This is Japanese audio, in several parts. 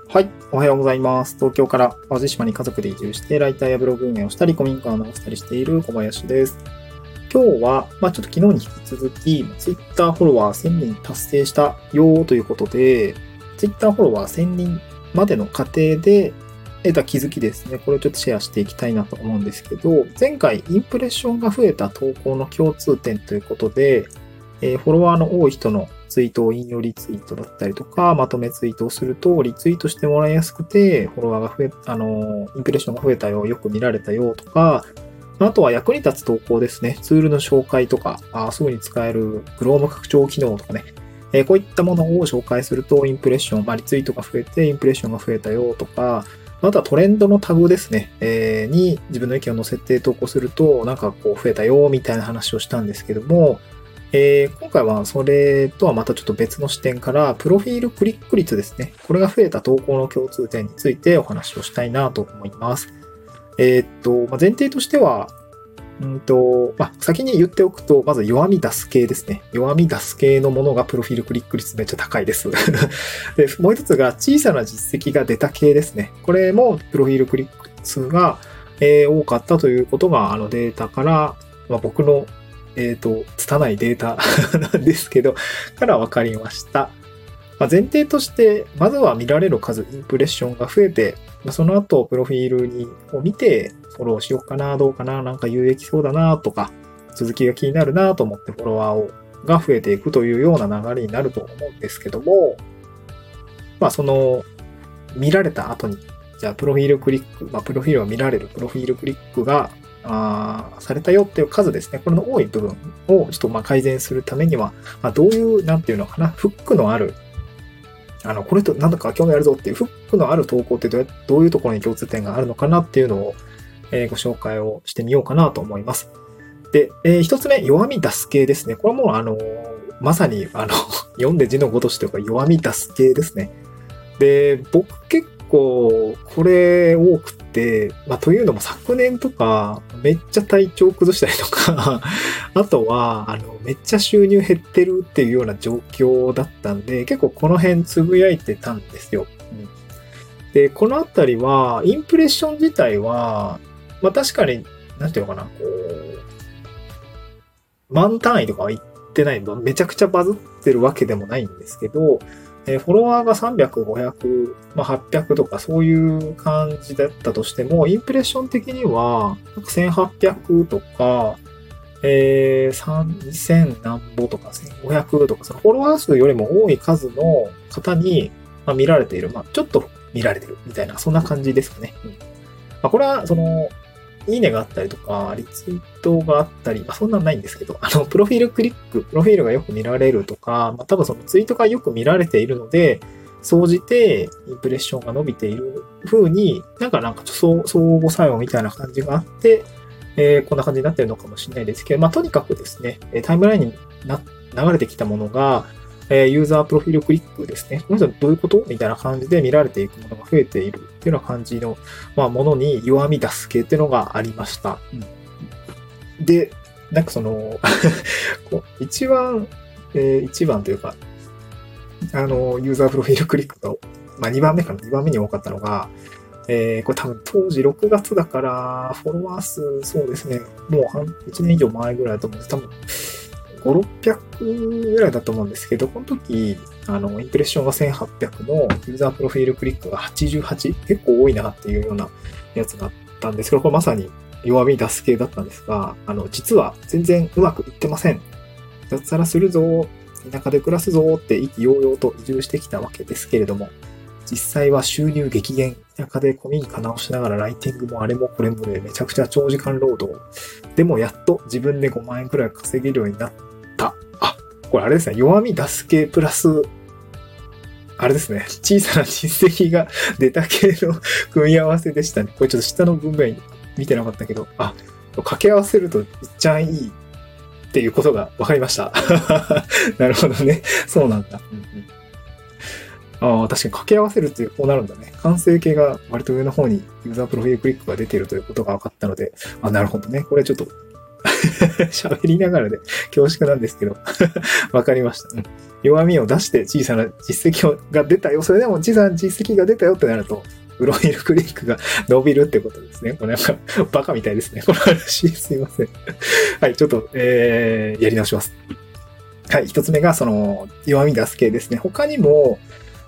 はい。おはようございます。東京から淡路島に家族で移住して、ライターやブログ運営をしたり、古民家を直したりしている小林です。今日は、ちょっと昨日に引き続き、Twitter フォロワー1000人達成したよということで、Twitter フォロワー1000人までの過程で得た気づきですね。これをちょっとシェアしていきたいなと思うんですけど、前回インプレッションが増えた投稿の共通点ということで、フォロワーの多い人のツイートを引用リツイートだったりとか、まとめツイートをすると、リツイートしてもらいやすくて、フォロワーが増え、インプレッションが増えたよ、よく見られたよとか、あとは役に立つ投稿ですね。ツールの紹介とか、すぐに使える Chrome 拡張機能とかね。こういったものを紹介すると、インプレッション、リツイートが増えて、インプレッションが増えたよとか、あとはトレンドのタグですね。に自分の意見を載せて投稿すると、増えたよみたいな話をしたんですけども、今回はそれとはまたちょっと別の視点から、プロフィールクリック率ですね。これが増えた投稿の共通点についてお話をしたいなと思います。前提としては、先に言っておくと、まず弱み出す系ですね。弱み出す系のものがプロフィールクリック率めっちゃ高いです。で、もう一つが小さな実績が出た系ですね。これもプロフィールクリック数が、多かったということが、データから、僕の拙いデータなんですけど、から分かりました。前提として、まずは見られる数、インプレッションが増えて、その後、プロフィールを見て、フォローしようかな、どうかな、有益そうだな、とか、続きが気になるな、と思ってフォロワーが増えていくというような流れになると思うんですけども、見られた後に、じゃあ、プロフィールクリック、プロフィールが見られる、プロフィールクリックが、されたよっていう数ですね。これの多い部分をちょっと改善するためには、どういう、フックのある、これとなんだか興味あるぞっていうフックのある投稿ってどういうところに共通点があるのかなっていうのを、ご紹介をしてみようかなと思います。で、一つ目、弱み出す系ですね。これはもうまさに読んで字のごとしというか弱み出す系ですね。で、僕結構これ多くて、というのも昨年とかめっちゃ体調崩したりとかあとはめっちゃ収入減ってるっていうような状況だったんで、結構この辺つぶやいてたんですよ。で、このあたりはインプレッション自体は確かに万単位とかは言ってないの、めちゃくちゃバズってるわけでもないんですけど、フォロワーが300、500、800とかそういう感じだったとしても、インプレッション的には、1800とか、3000何ぼとか、1500とか、そのフォロワー数よりも多い数の方に、見られている。ちょっと見られてるみたいな、そんな感じですかね。これは、いいねがあったりとか、リツイートがあったり、そんなんないんですけど、プロフィールクリック、プロフィールがよく見られるとか、多分そのツイートがよく見られているので、総じてインプレッションが伸びている風に、相互作用みたいな感じがあって、こんな感じになってるのかもしれないですけど、とにかくですね、タイムラインに流れてきたものが、ユーザープロフィールクリックですね。この人どういうことみたいな感じで見られていくものが増えているっていうような感じの、ものに弱み出す系っていうのがありました。で、一番というか、ユーザープロフィールクリックが、2番目に多かったのが、これ多分当時6月だから、フォロワー数、そうですね、もう1年以上前ぐらいだと思うんです。多分5、600ぐらいだと思うんですけど、この時、インプレッションが1800のユーザープロフィールクリックが88、結構多いなっていうようなやつがあったんですけど、これまさに弱み出す系だったんですが、実は全然うまくいってません。脱サラするぞ、田舎で暮らすぞって意気揚々と移住してきたわけですけれども、実際は収入激減、田舎で古民家直しながらライティングもあれもこれもでめちゃくちゃ長時間労働。でもやっと自分で5万円くらい稼げるようになった。これあれですね、弱み出す系プラス、あれですね、小さな実績が出た系の組み合わせでしたね。これちょっと下の文面見てなかったけど、掛け合わせるといっちゃいいっていうことが分かりました。なるほどね。そうなんだ。確かに掛け合わせるってこうなるんだね。完成形が割と上の方にユーザープロフィールクリックが出ているということが分かったので、なるほどね。これちょっと喋りながらで恐縮なんですけど、わかりました。 弱みを出して小さな実績が出たよ。それでも小さな実績が出たよってなると、プロフィールクリックが伸びるってことですね。これなんか、バカみたいですね。この話、すいません。はい、ちょっと、やり直します。はい、一つ目が、弱み出す系ですね。他にも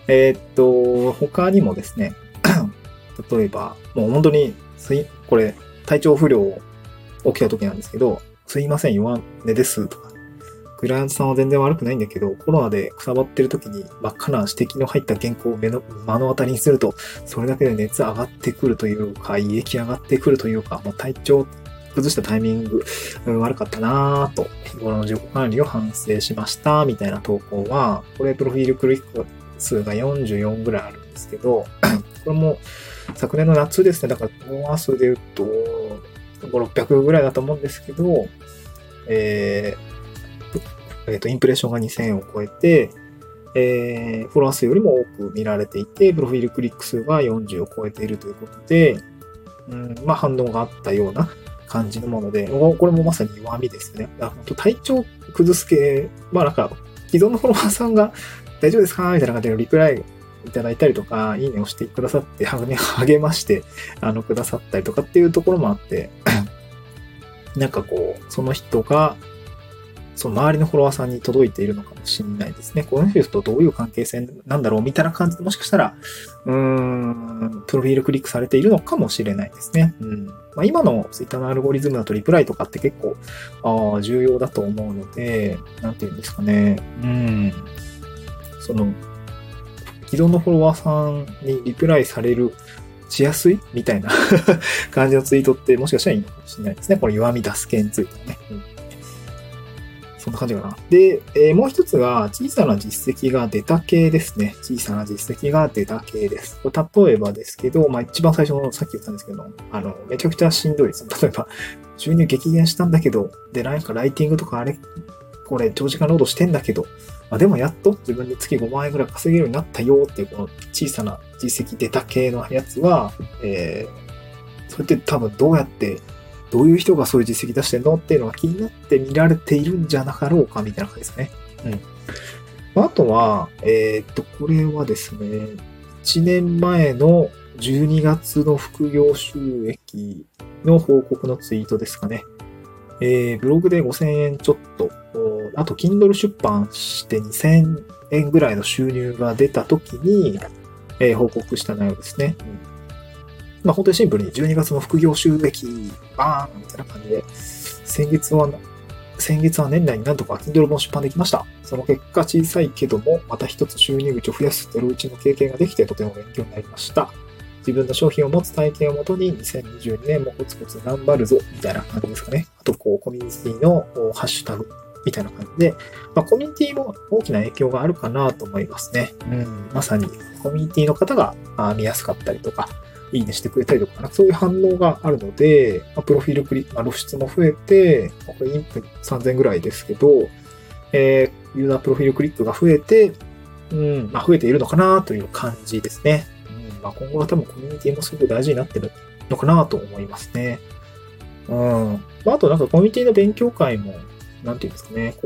ですね、例えば、もう本当に、これ、体調不良起きた時なんですけど、すいません、弱音ですとか、クライアントさんは全然悪くないんだけど、コロナでくたばってる時に真っ赤な指摘の入った原稿を目の当たりにすると、それだけで熱上がってくるというか、胃液上がってくるというか、もう体調崩したタイミング、悪かったなぁと、日頃の自己管理を反省しました、みたいな投稿は、これプロフィールクリック数が44ぐらいあるんですけど、これも昨年の夏ですね、だからフォロワー数で言うと、5、600ぐらいだと思うんですけど、インプレッションが2000を超えて、フォロワー数よりも多く見られていて、プロフィールクリック数が40を超えているということで、反応があったような感じのもので、これもまさに弱みですね。体調崩す系、なんか、既存のフォロワーさんが大丈夫ですかみたいな感じでリプライいただいたりとか、いいねをしてくださって、励まして、くださったりとかっていうところもあって、なんかその人が、その周りのフォロワーさんに届いているのかもしれないですね。この人とどういう関係性なんだろうみたいな感じで、もしかしたら、プロフィールクリックされているのかもしれないですね。今のツイッターのアルゴリズムだとリプライとかって結構、重要だと思うので、なんていうんですかね。既存のフォロワーさんにリプライしやすいみたいな感じのツイートってもしかしたらいいのかもしれないですね。これ弱み出す系についてね。そんな感じかな。で、もう一つが小さな実績が出た系ですね。小さな実績が出た系です。例えばですけど、一番最初のさっき言ったんですけど、めちゃくちゃしんどいです。例えば、収入激減したんだけど、で、なんかライティングとかこれ長時間労働してんだけど、でもやっと自分で月5万円くらい稼げるようになったよっていうこの小さな実績出た系のやつは、それって多分どういう人がそういう実績出してんのっていうのが気になって見られているんじゃなかろうかみたいな感じですね。あとは、これはですね、1年前の12月の副業収益の報告のツイートですかね。ブログで5000円ちょっと、あと Kindle 出版して2000円ぐらいの収入が出た時に、報告した内容ですね。本当にシンプルに12月の副業収益バーンみたいな感じで、先月は年内になんとか Kindle 本出版できました。その結果小さいけども、また一つ収入口を増やすゼロ打ちの経験ができてとても勉強になりました。自分の商品を持つ体験をもとに2022年もコツコツ頑張るぞみたいな感じですかね。あとコミュニティのハッシュタグみたいな感じで、コミュニティも大きな影響があるかなと思いますね。まさにコミュニティの方が見やすかったりとか、いいねしてくれたりとか、そういう反応があるので、プロフィールクリック、露出も増えて、これインプ3000ぐらいですけど、ユーザープロフィールクリックが増えて、増えているのかなという感じですね。今後は多分コミュニティもすごく大事になってるのかなと思いますね。あとなんかコミュニティの勉強会も、なんていうんですかね、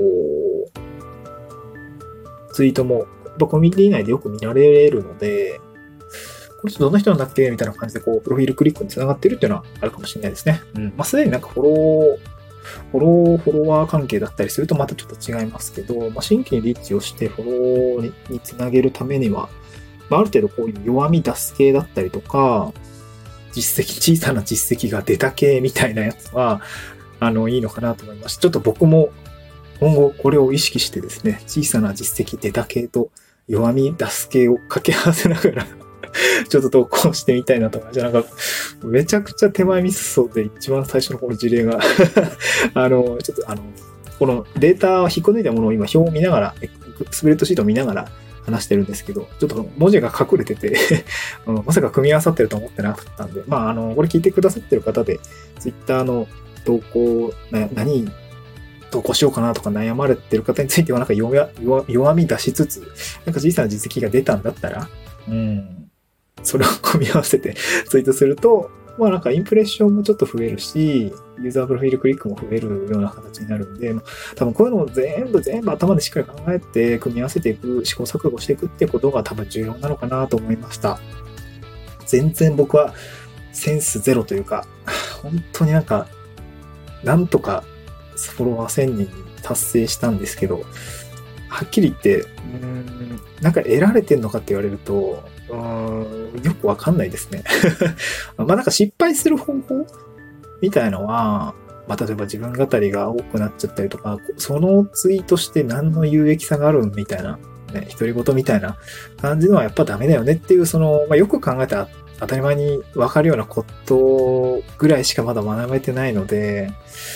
ツイートも、コミュニティ内でよく見られるので、これどんな人なんだっけみたいな感じで、プロフィールクリックに繋がってるっていうのはあるかもしれないですね。すでになんかフォロワー関係だったりするとまたちょっと違いますけど、新規にリーチをしてフォローにつなげるためには、ある程度こういう弱み出す系だったりとか、小さな実績が出た系みたいなやつは、いいのかなと思います。ちょっと僕も今後これを意識してですね、小さな実績出た系と弱み出す系を掛け合わせながら、ちょっと投稿してみたいなと思います。なんか、めちゃくちゃ手前ミスそうで一番最初のこの事例が、ちょっとこのデータを引っこ抜いたものを今表を見ながら、スプレッドシートを見ながら、話してるんですけど、ちょっと文字が隠れててまさか組み合わさってると思ってなかったんで、これ聞いてくださってる方で、ツイッターの投稿、何投稿しようかなとか悩まれてる方については、なんか弱み出しつつ、なんか小さな実績が出たんだったら、それを組み合わせてツイートすると、 まあなんかインプレッションもちょっと増えるし、ユーザープロフィールクリックも増えるような形になるんで、多分こういうのを全部頭でしっかり考えて、組み合わせていく、試行錯誤していくってことが多分重要なのかなと思いました。全然僕はセンスゼロというか、本当になんとかフォロワー1000人に達成したんですけど、はっきり言って、得られてんのかって言われると、よくわかんないですね。まあ失敗する方法みたいのは、まあ例えば自分語りが多くなっちゃったりとか、そのツイートして何の有益さがあるみたいな、ね、独り言みたいな感じのはやっぱダメだよねっていう、まあ、よく考えたら当たり前にわかるようなことぐらいしかまだ学べてないので、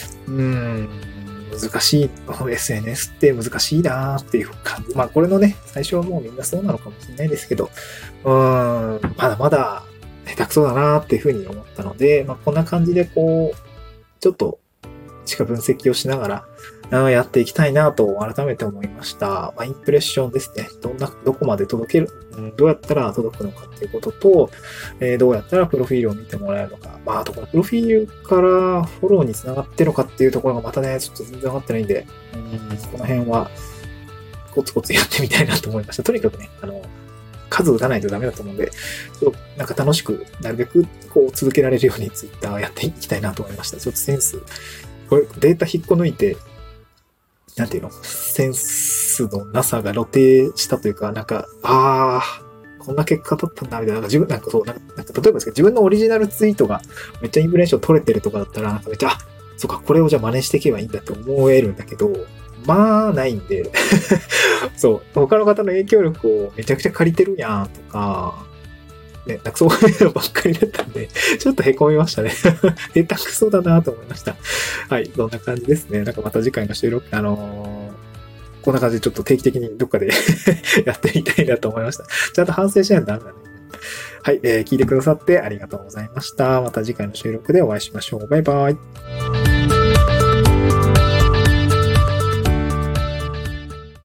難しい。SNS って難しいなーっていう感じ。まあこれのね、最初はもうみんなそうなのかもしれないですけど、まだまだ下手くそだなーっていうふうに思ったので、まあこんな感じでちょっとしか分析をしながら、やっていきたいなと改めて思いました。まあインプレッションですね。どこまで届ける、どうやったら届くのかっていうことと、どうやったらプロフィールを見てもらえるのか。まああとこのプロフィールからフォローにつながってるのかっていうところがまたね、ちょっと全然わかってないんで、この辺はコツコツやってみたいなと思いました。とにかくね、数打たないとダメだと思うんで、楽しく、なるべく続けられるようにツイッターやっていきたいなと思いました。ちょっとセンス、これデータ引っこ抜いて、なんていうの、センスのなさが露呈したというか、こんな結果だったんだ、みたいな。例えばですけど、自分のオリジナルツイートがめっちゃインプレッション取れてるとかだったら、めっちゃ、そうか、これをじゃあ真似していけばいいんだって思えるんだけど、まあ、ないんで、そう、他の方の影響力をめちゃくちゃ借りてるやんとか、ね、そういうのばっかりだったんで、ちょっと凹みましたね。下手くそだなと思いました。はい、そんな感じですね。また次回の収録、こんな感じでちょっと定期的にどっかでやってみたいなと思いました。ちゃんと反省しないとダメだね。はい、聞いてくださってありがとうございました。また次回の収録でお会いしましょう。バイバイ。